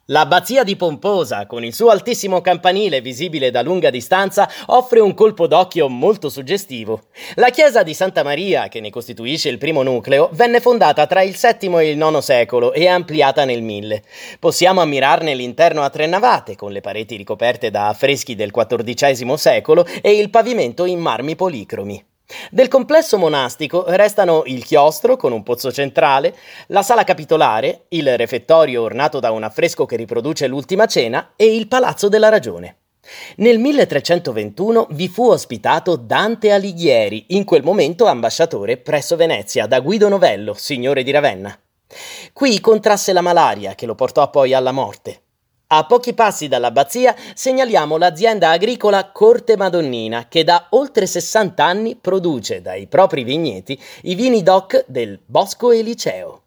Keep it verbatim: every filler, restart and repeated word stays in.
L'abbazia di Pomposa, con il suo altissimo campanile visibile da lunga distanza, offre un colpo d'occhio molto suggestivo. La chiesa di Santa Maria, che ne costituisce il primo nucleo, venne fondata tra il settimo e il nono secolo e ampliata nel mille. Possiamo ammirarne l'interno a tre navate, con le pareti ricoperte da affreschi del quattordicesimo secolo e il pavimento in marmi policromi. Del complesso monastico restano il chiostro con un pozzo centrale, la sala capitolare, il refettorio ornato da un affresco che riproduce l'Ultima Cena e il Palazzo della Ragione. Nel milletrecentoventuno vi fu ospitato Dante Alighieri, in quel momento ambasciatore presso Venezia da Guido Novello, signore di Ravenna. Qui contrasse la malaria che lo portò poi alla morte. A pochi passi dall'abbazia segnaliamo l'azienda agricola Corte Madonnina, che da oltre sessanta anni produce dai propri vigneti i vini D O C del Bosco Eliceo.